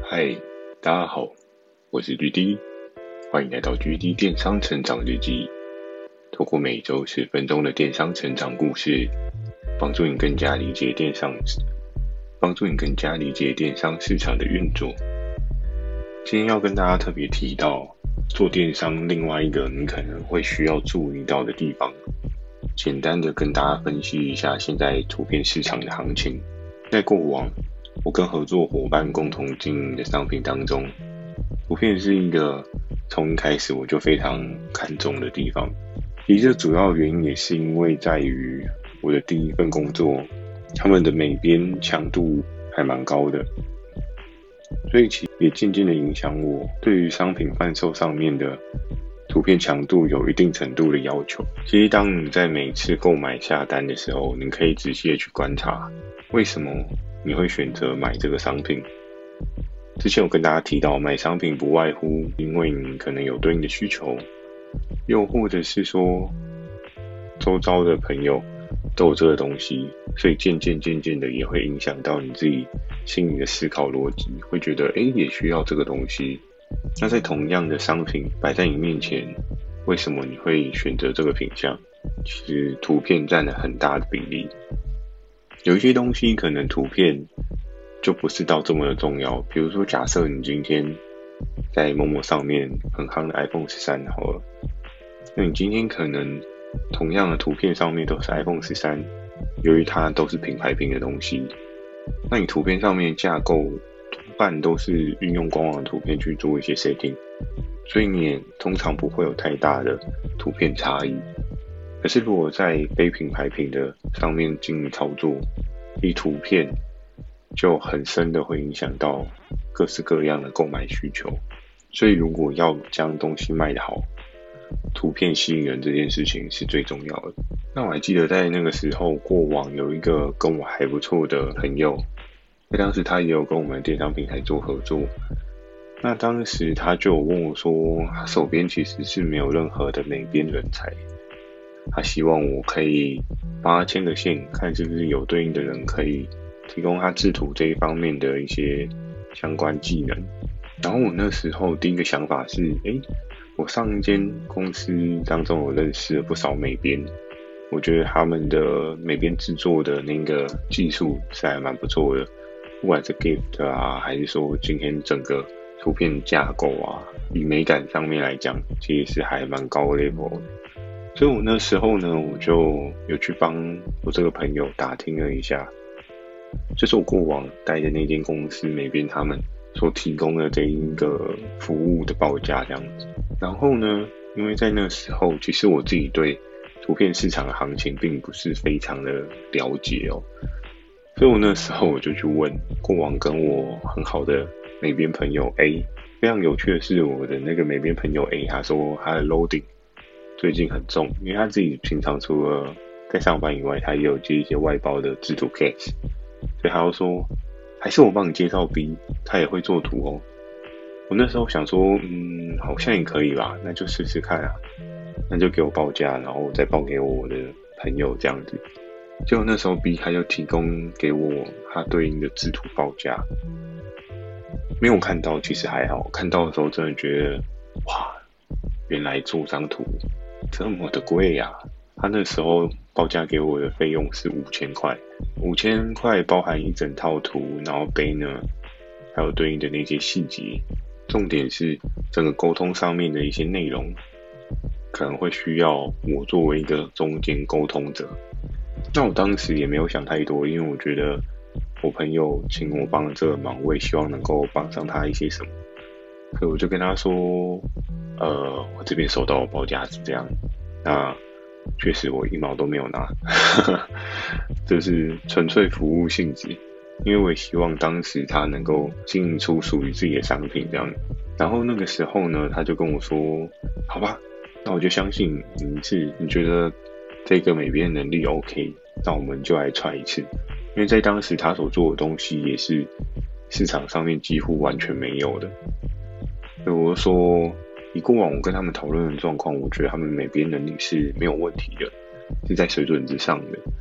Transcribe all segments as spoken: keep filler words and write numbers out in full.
嗨，大家好，我是 G D， 欢迎来到 G D 电商成长日记。透过每周十分钟的电商成长故事，帮助你更加理解电商，帮助你更加理解电商市场的运作。今天要跟大家特别提到做电商另外一个你可能会需要注意到的地方，简单的跟大家分析一下现在图片市场的行情。在过往我跟合作伙伴共同经营的商品当中，图片是一个从一开始我就非常看重的地方。其实这主要原因也是因为在于我的第一份工作，他们的美编强度还蛮高的，所以其实也渐渐的影响我对于商品贩售上面的图片强度有一定程度的要求。其实当你在每次购买下单的时候，你可以仔细的去观察为什么你会选择买这个商品。之前有跟大家提到，买商品不外乎因为你可能有对应的需求，又或者是说周遭的朋友都有这个东西，所以渐渐渐渐的也会影响到你自己心里的思考逻辑，会觉得诶也需要这个东西。那在同样的商品摆在你面前，为什么你会选择这个品项？其实图片占了很大的比例。有一些东西可能图片就不是到这么的重要，比如说假设你今天在某某上面很夯的 iPhone 十三好了，那你今天可能同样的图片上面都是 iPhone 十三，由于它都是品牌屏的东西，那你图片上面架构多半都是运用官网图片去做一些 setting， 所以你也通常不会有太大的图片差异。可是如果在非品牌屏的上面进行操作，以图片就很深的会影响到各式各样的购买需求。所以如果要将东西卖得好，图片吸引人这件事情是最重要的。那我还记得在那个时候，过往有一个跟我还不错的朋友，在当时他也有跟我们电商平台做合作。那当时他就有问我说，他手边其实是没有任何的美编人才，他希望我可以帮他牵个线，看是不是有对应的人可以提供他制图这一方面的一些相关技能。然后我那时候第一个想法是，诶，我上一间公司当中有认识了不少美编，我觉得他们的美编制作的那个技术是还蛮不错的，不管是 gift 啊，还是说今天整个图片架构啊，以美感上面来讲，其实是还蛮高 level 的。所以我那时候呢，我就有去帮我这个朋友打听了一下，就是我过往待的那间公司美编他们所提供的这一个服务的报价这样子。然后呢，因为在那时候，其实我自己对图片市场的行情并不是非常的了解哦，所以我那时候我就去问过往跟我很好的美编朋友 A。非常有趣的是，我的那个美编朋友 A， 他说他的 loading最近很重，因为他自己平常除了在上班以外，他也有接一些外包的制图 case， 所以他就说还是我帮你介绍 B， 他也会做图哦。我那时候想说，嗯，好像也可以吧，那就试试看啊，那就给我报价，然后再报给我的朋友这样子。结果那时候 B 他就提供给我他对应的制图报价，没有看到其实还好，看到的时候真的觉得哇，原来做张图这么的贵呀、啊！他那时候报价给我的费用是五千块，五千块包含一整套图，然后banner，还有对应的那些细节。重点是整个沟通上面的一些内容，可能会需要我作为一个中间沟通者。那我当时也没有想太多，因为我觉得我朋友请我帮这个忙，我也希望能够帮上他一些什么。所以我就跟他说，呃，我这边收到的报价是这样，那确实我一毛都没有拿，这是纯粹服务性质，因为我也希望当时他能够经营出属于自己的商品这样。然后那个时候呢，他就跟我说，好吧，那我就相信你是你觉得这个美编能力 OK， 那我们就来 try 一次，因为在当时他所做的东西也是市场上面几乎完全没有的。所以我说，以过往我跟他们讨论的状况，我觉得他们美编能力是没有问题的，是在水准之上的。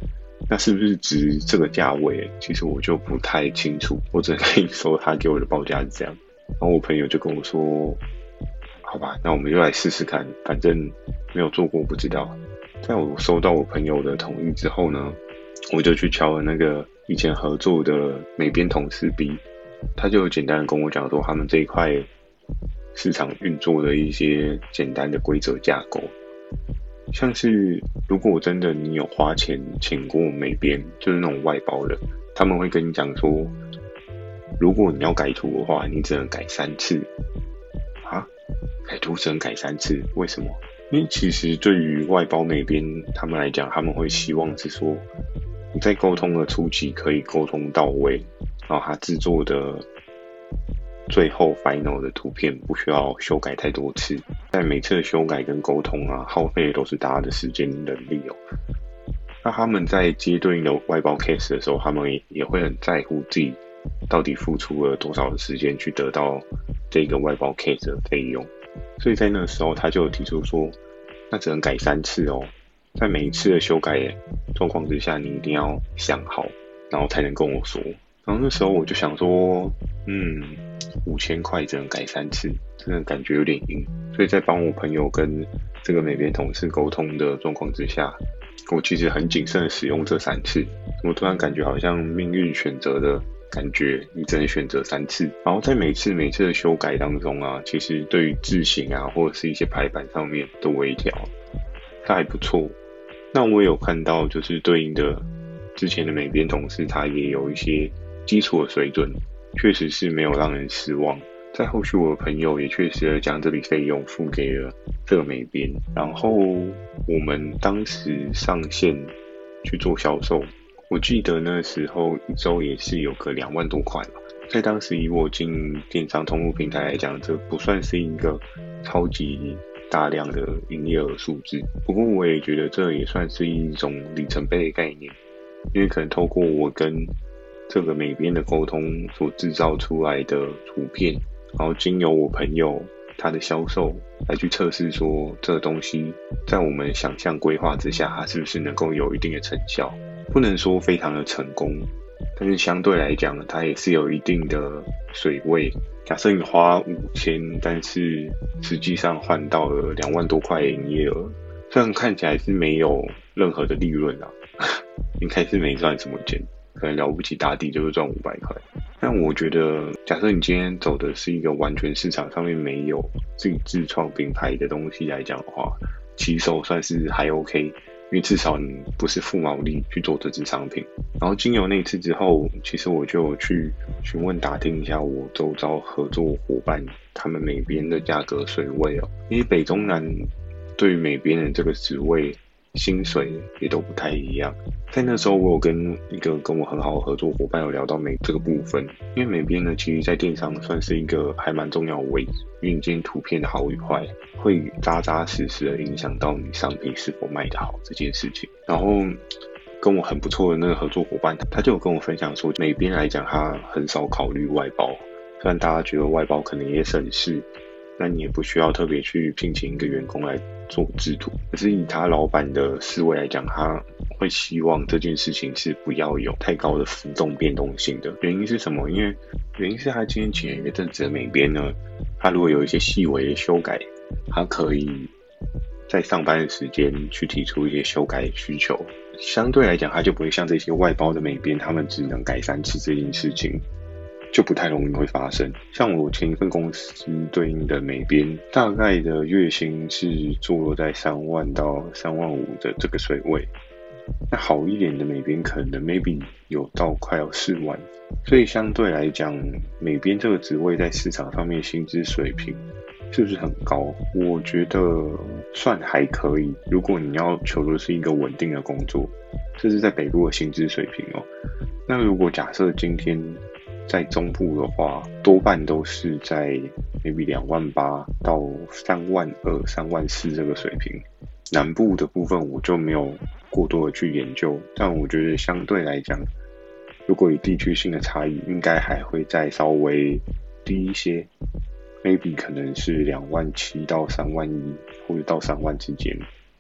那是不是值这个价位？其实我就不太清楚，我只能跟你说他给我的报价是这样。然后我朋友就跟我说，好吧，那我们就来试试看，反正没有做过不知道。在我收到我朋友的同意之后呢，我就去敲了那个以前合作的美编同事 B， 他就简单的跟我讲说他们这一块市场运作的一些简单的规则架构。像是如果真的你有花钱请过美编，就是那种外包人，他们会跟你讲说，如果你要改图的话，你只能改三次。啊，改图只能改三次，为什么？因为其实对于外包美编他们来讲，他们会希望是说，你在沟通的初期可以沟通到位，然后他制作的最后 final 的图片不需要修改太多次，在每次的修改跟沟通啊，耗费的都是大家的时间能力哦。那他们在接对应的外包 case 的时候，他们 也, 也会很在乎自己到底付出了多少的时间去得到这个外包 case 的费用。所以在那个时候，他就有提出说，那只能改三次哦，在每一次的修改状况之下，你一定要想好，然后才能跟我说。然后那时候我就想说，嗯，五千块只能改三次，真的感觉有点硬。所以在帮我朋友跟这个美编同事沟通的状况之下，我其实很谨慎的使用这三次。我突然感觉好像命运选择的感觉，你只能选择三次。然后在每次每次的修改当中啊，其实对于字型啊或者是一些排版上面的微调，它还不错。那我有看到就是对应的之前的美编同事，他也有一些基础的水准，确实是没有让人失望。在后续我的朋友也确实将这笔费用付给了这个美编，然后我们当时上线去做销售，我记得那时候一周也是有个两万多块吧。在当时以我进电商通路平台来讲，这不算是一个超级大量的营业额数字，不过我也觉得这也算是一种里程碑的概念，因为可能透过我跟这个美编的沟通所制造出来的图片，然后经由我朋友他的销售来去测试说这个东西在我们想象规划之下，它是不是能够有一定的成效。不能说非常的成功，但是相对来讲它也是有一定的水位。假设你花五千，但是实际上换到了两万多块营业额，虽然看起来是没有任何的利润啊，应该是没赚什么钱，可能了不起打底就是赚五百块。但我觉得假设你今天走的是一个完全市场上面没有自己自创品牌的东西来讲的话，起手算是还 OK， 因为至少你不是负毛利去做这支商品。然后经由那一次之后，其实我就去询问打听一下我周遭合作伙伴他们美编的价格水位哦，因为北中南对于美编的这个职位薪水也都不太一样。在那时候我有跟一个跟我很好的合作伙伴有聊到美这个部分，因为美编呢其实在电商算是一个还蛮重要的位置，因为你今天图片的好与坏会扎扎实实的影响到你商品是否卖得好这件事情。然后跟我很不错的那个合作伙伴，他就有跟我分享说，美编来讲他很少考虑外包，虽然大家觉得外包可能也省事，那你也不需要特别去聘请一个员工来做制图，可是以他老板的思维来讲，他会希望这件事情是不要有太高的浮动变动性的。原因是什么？因为原因是他今天请了一个正职的美编呢，他如果有一些细微的修改，他可以在上班的时间去提出一些修改需求，相对来讲他就不会像这些外包的美编，他们只能改三次这件事情就不太容易会发生。像我前一份公司对应的美编，大概的月薪是坐落在三万到三万五的这个水位，那好一点的美编可能 maybe 有到快要四万，所以相对来讲，美编这个职位在市场上面薪资水平是不是很高？我觉得算还可以。如果你要求的是一个稳定的工作，这是在北部的薪资水平哦。那如果假设今天在中部的话，多半都是在 maybe 两万八到三万二、三万四这个水平。南部的部分我就没有过多的去研究，但我觉得相对来讲，如果以地区性的差异，应该还会再稍微低一些 ，maybe 可能是两万七到三万一，或者到三万之间。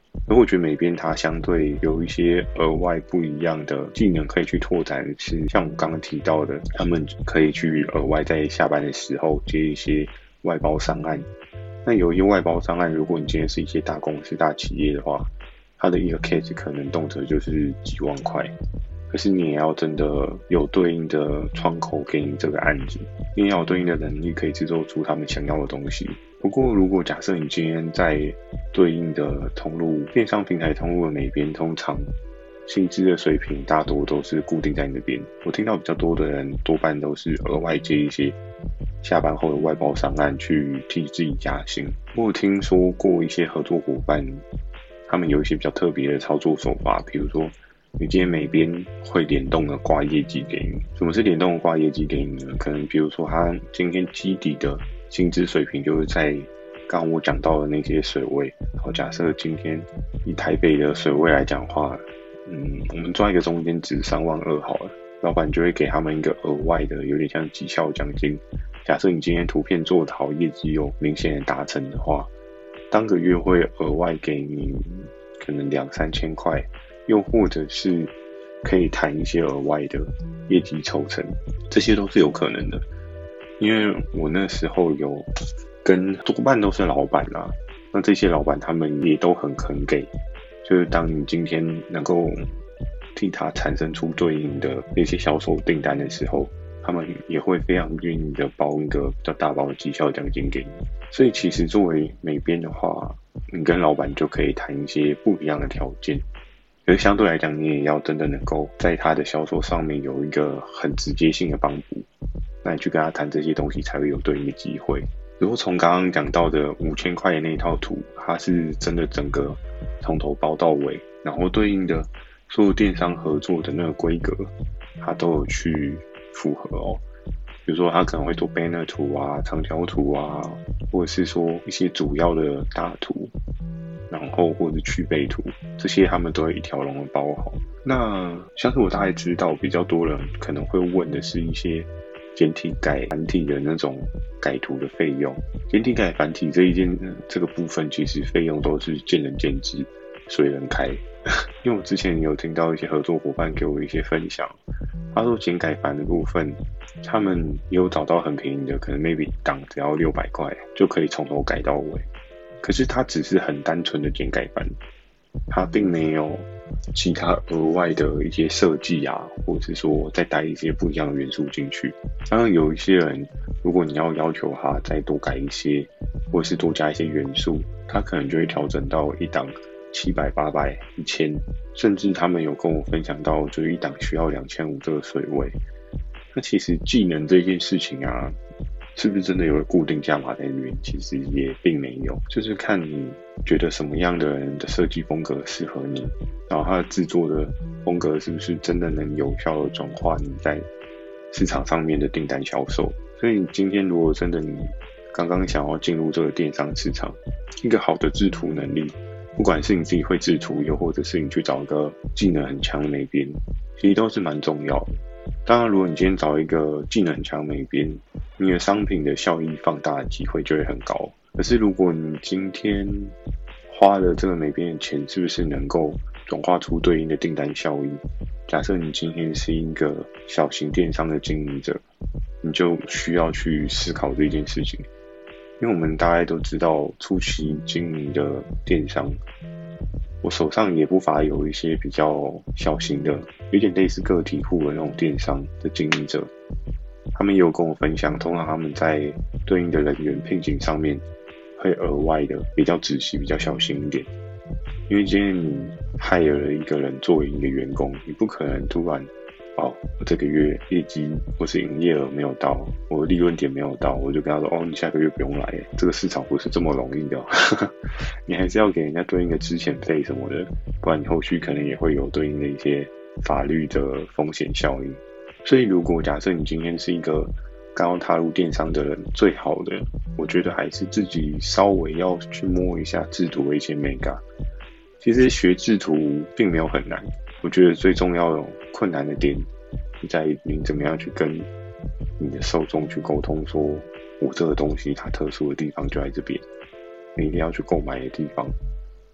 而我觉得美编它相对有一些额外不一样的技能可以去拓展，是像我刚刚提到的，他们可以去额外在下班的时候接一些外包商案。那有一些外包商案，如果你今天是一些大公司、大企业的话，它的一个 case 可能动辄就是几万块，可是你也要真的有对应的窗口给你这个案子，你也要有对应的能力可以制作出他们想要的东西。不过如果假设你今天在对应的通路电商平台通路的美编，通常薪资的水平大多都是固定在那边。我听到比较多的人多半都是额外接一些下班后的外包商案去替自己加薪。我有听说过一些合作伙伴，他们有一些比较特别的操作手法，比如说你今天美编会联动的挂业绩给你。什么是联动的挂业绩给你呢？可能比如说他今天基底的薪资水平就是在刚刚我讲到的那些水位。好，假设今天以台北的水位来讲的话，嗯，我们抓一个中间值三万二好了，老板就会给他们一个额外的，有点像绩效奖金。假设你今天图片做得好，业绩有明显的达成的话，当个月会额外给你可能两三千块，又或者是可以谈一些额外的业绩抽成，这些都是有可能的。因为我那时候有跟多半都是老板啦，那这些老板他们也都很肯给，就是当你今天能够替他产生出对应的那些销售订单的时候，他们也会非常愿意的包一个比较大包的绩效奖金给你。所以其实作为美编的话，你跟老板就可以谈一些不一样的条件，可是相对来讲，你也要真的能够在他的销售上面有一个很直接性的帮补，那你去跟他谈这些东西才会有对应的机会。如果从刚刚讲到的五千块的那一套图，它是真的整个从头包到尾，然后对应的所有电商合作的那个规格，它都有去符合哦。比如说他可能会做 banner 图啊、长条图啊，或者是说一些主要的大图，然后或者去背图，这些他们都会一条龙的包好。那像是我大概知道比较多人可能会问的是一些简体改繁体的那种改图的费用。简体改繁体这一件、呃、这个部分其实费用都是见仁见智，随人开。因为我之前有听到一些合作伙伴给我一些分享，他说简改繁的部分他们也有找到很便宜的，可能 maybe 档只要六百块就可以从头改到尾，可是它只是很单纯的简改繁，它并没有其他额外的一些设计啊，或者是说再带一些不一样的元素进去。当然有一些人，如果你要要求他再多改一些，或者是多加一些元素，他可能就会调整到一档七百、八百、一千，甚至他们有跟我分享到，就是一档需要两千五这个水位。那其实技能这件事情啊，是不是真的有个固定价码在那边？其实也并没有，就是看你觉得什么样的人的设计风格适合你，然后他的制作的风格是不是真的能有效的转化你在市场上面的订单销售。所以今天如果真的你刚刚想要进入这个电商市场，一个好的制图能力，不管是你自己会制图，又或者是你去找一个技能很强的美编，其实都是蛮重要的。当然如果你今天找一个技能很强的美编，你的商品的效益放大的机会就会很高。可是如果你今天花了这个美编的钱，是不是能够转化出对应的订单效益？假设你今天是一个小型电商的经营者，你就需要去思考这件事情。因为我们大概都知道，初期经营的电商，我手上也不乏有一些比较小型的，有点类似个体户的那种电商的经营者，他们也有跟我分享，通常他们在对应的人员聘请上面会额外的比较仔细、比较小心一点。因为今天你hire了一个人作为一个员工，你不可能突然哦，我这个月业绩或是营业额没有到，我的利润点没有到，我就跟他说哦，你下个月不用来，这个市场不是这么容易的、哦、你还是要给人家对应的资遣费什么的，不然你后续可能也会有对应的一些法律的风险效应。所以如果假设你今天是一个刚要踏入电商的人，最好的我觉得还是自己稍微要去摸一下制图的一些美感。其实学制图并没有很难，我觉得最重要的困难的点在于你怎么样去跟你的受众去沟通，说我这个东西它特殊的地方就在这边，你一定要去购买的地方。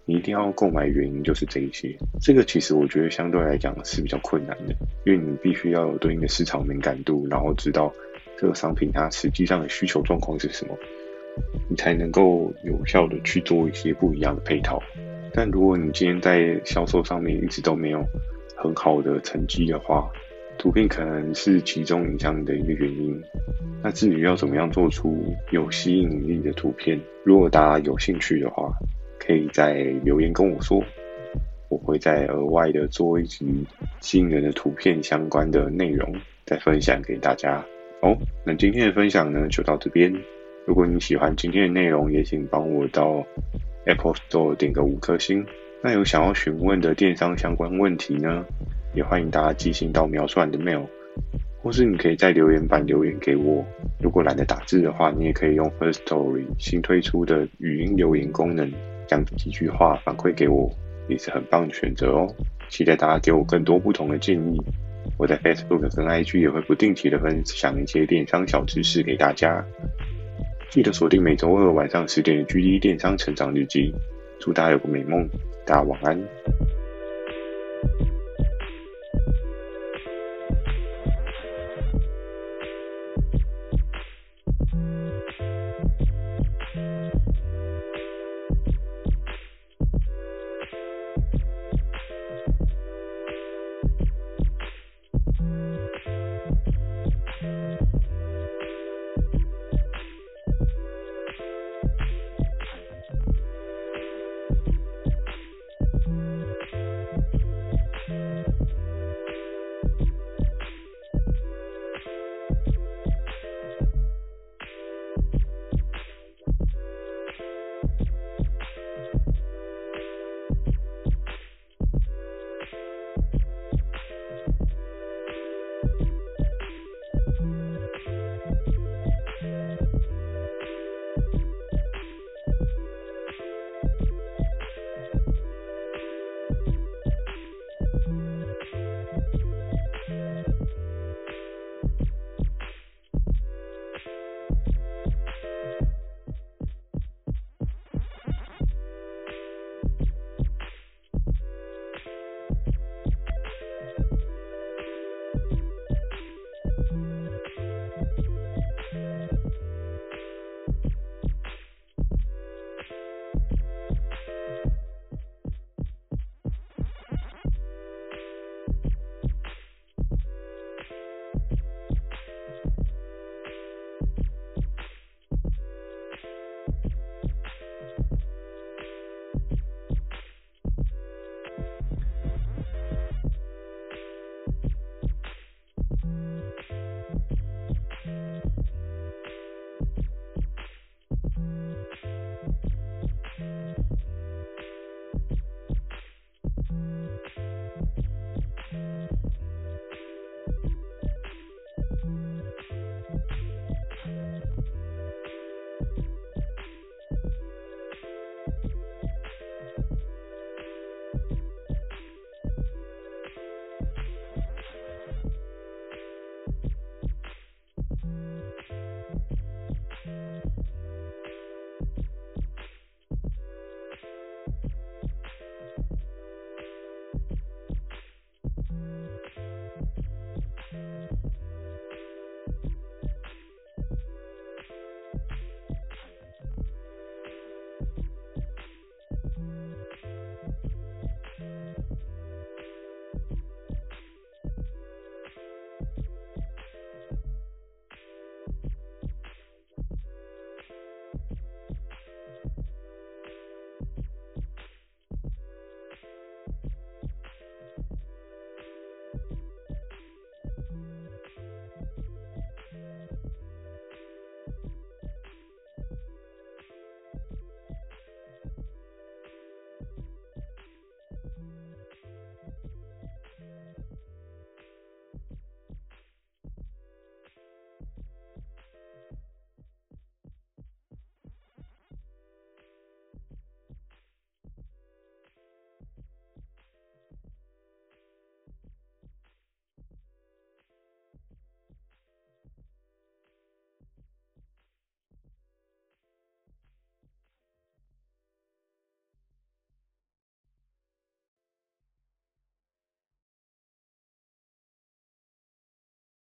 你一定要购买原因就是这一些。这个其实我觉得相对来讲是比较困难的，因为你必须要有对应的市场敏感度，然后知道这个商品它实际上的需求状况是什么，你才能够有效的去做一些不一样的配套。但如果你今天在销售上面一直都没有很好的成绩的话，图片可能是其中影响的一个原因。那至于要怎么样做出有吸引力的图片，如果大家有兴趣的话，可以在留言跟我说，我会再额外的做一集吸引人的图片相关的内容再分享给大家。好，那今天的分享呢就到这边。如果你喜欢今天的内容，也请帮我到 Apple Store 点个五颗星。那有想要询问的电商相关问题呢，也欢迎大家寄信到描述栏的 mail， 或是你可以在留言板留言给我。如果懒得打字的话，你也可以用 Firstory 新推出的语音留言功能，讲几句话反馈给我，也是很棒的选择哦。期待大家给我更多不同的建议。我在 Facebook 跟 I G 也会不定期的分享一些电商小知识给大家。记得锁定每周二晚上十点的 G D 电商成长日记。祝大家有个美梦，大家晚安。